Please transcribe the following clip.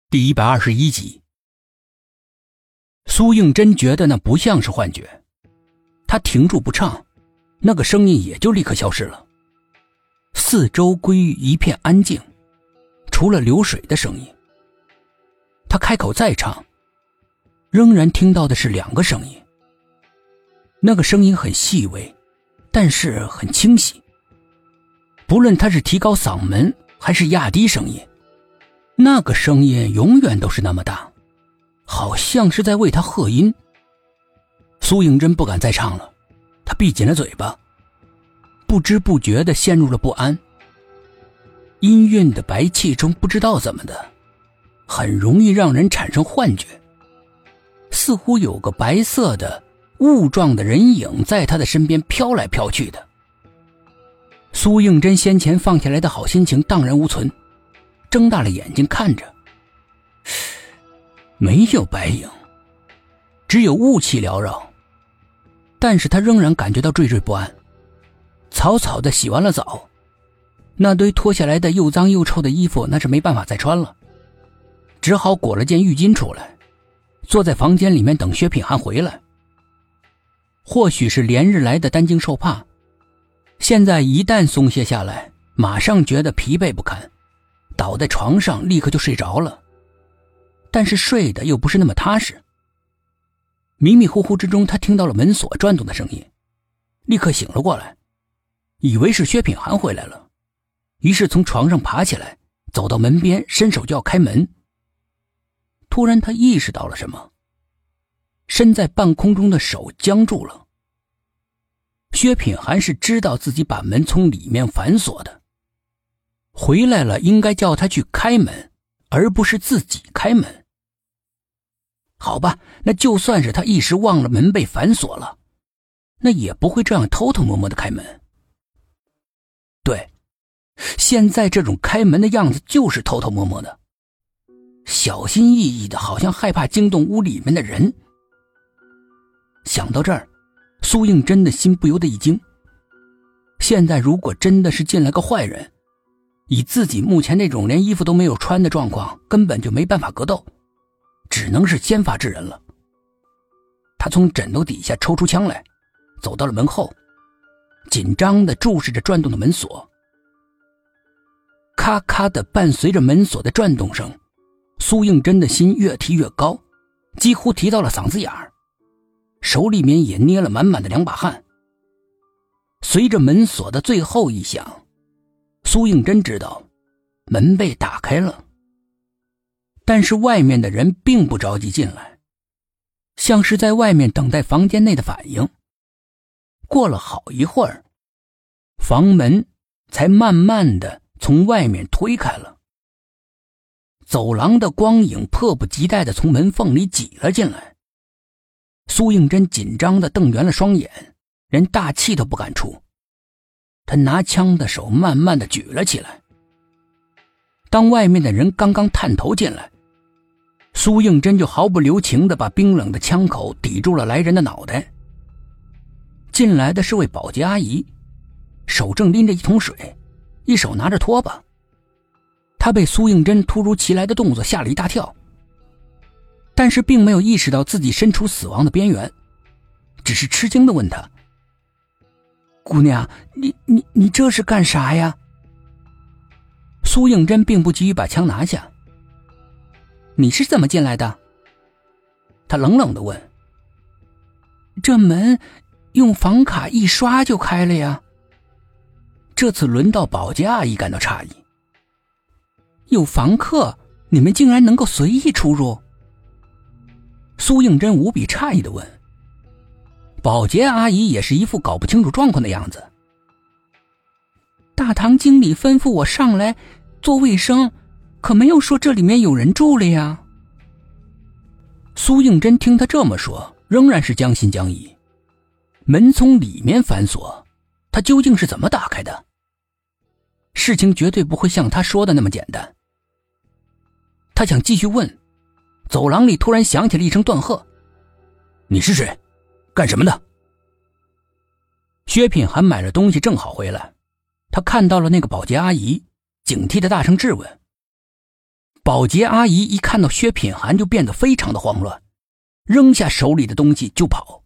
第121集。苏应真觉得那不像是幻觉，他停住不唱，那个声音也就立刻消失了。四周归于一片安静，除了流水的声音。他开口再唱，仍然听到的是两个声音。那个声音很细微，但是很清晰。不论他是提高嗓门还是压低声音，那个声音永远都是那么大，好像是在为他喝音。苏应真不敢再唱了，他闭紧了嘴巴，不知不觉地陷入了不安。音韵的白气中不知道怎么的，很容易让人产生幻觉，似乎有个白色的雾状的人影在他的身边飘来飘去的。苏应真先前放下来的好心情荡然无存，睁大了眼睛看着，没有白影，只有雾气缭绕，但是他仍然感觉到惴惴不安。草草地洗完了澡，那堆脱下来的又脏又臭的衣服那是没办法再穿了，只好裹了件浴巾出来，坐在房间里面等薛品涵回来。或许是连日来的担惊受怕，现在一旦松懈下来，马上觉得疲惫不堪，倒在床上立刻就睡着了，但是睡得又不是那么踏实。迷迷糊糊之中，他听到了门锁转动的声音，立刻醒了过来，以为是薛品涵回来了，于是从床上爬起来，走到门边，伸手就要开门。突然他意识到了什么，伸在半空中的手僵住了。薛品涵是知道自己把门从里面反锁的，回来了应该叫他去开门，而不是自己开门。好吧，那就算是他一时忘了门被反锁了，那也不会这样偷偷摸摸的开门。对，现在这种开门的样子就是偷偷摸摸的，小心翼翼的，好像害怕惊动屋里面的人。想到这儿，苏应真的心不由得一惊。现在如果真的是进来个坏人，以自己目前那种连衣服都没有穿的状况，根本就没办法格斗，只能是先发制人了。他从枕头底下抽出枪来，走到了门后，紧张地注视着转动的门锁。咔咔地伴随着门锁的转动声，苏应真的心越提越高，几乎提到了嗓子眼儿，手里面也捏了满满的两把汗。随着门锁的最后一响，苏应真知道门被打开了，但是外面的人并不着急进来，像是在外面等待房间内的反应。过了好一会儿，房门才慢慢的从外面推开了，走廊的光影迫不及待的从门缝里挤了进来。苏应真紧张的瞪圆了双眼，连大气都不敢出。他拿枪的手慢慢的举了起来。当外面的人刚刚探头进来，苏应真就毫不留情地把冰冷的枪口抵住了来人的脑袋。进来的是位保洁阿姨，手正拎着一桶水，一手拿着拖把。她被苏应真突如其来的动作吓了一大跳，但是并没有意识到自己身处死亡的边缘，只是吃惊地问她：“姑娘，你这是干啥呀？”苏应真并不急于把枪拿下。“你是怎么进来的？”他冷冷地问。“这门用房卡一刷就开了呀。”这次轮到保洁阿姨感到诧异。“有房客，你们竟然能够随意出入？”苏应真无比诧异地问。保洁阿姨也是一副搞不清楚状况的样子。“大堂经理吩咐我上来做卫生，可没有说这里面有人住了呀。”苏应真听他这么说，仍然是将信将疑。门从里面反锁，他究竟是怎么打开的？事情绝对不会像他说的那么简单。他想继续问，走廊里突然响起了一声断喝：“你是谁？干什么的？”薛品涵买了东西正好回来，他看到了那个保洁阿姨，警惕地大声质问：“ 保洁阿姨一看到薛品涵就变得非常的慌乱，扔下手里的东西就跑。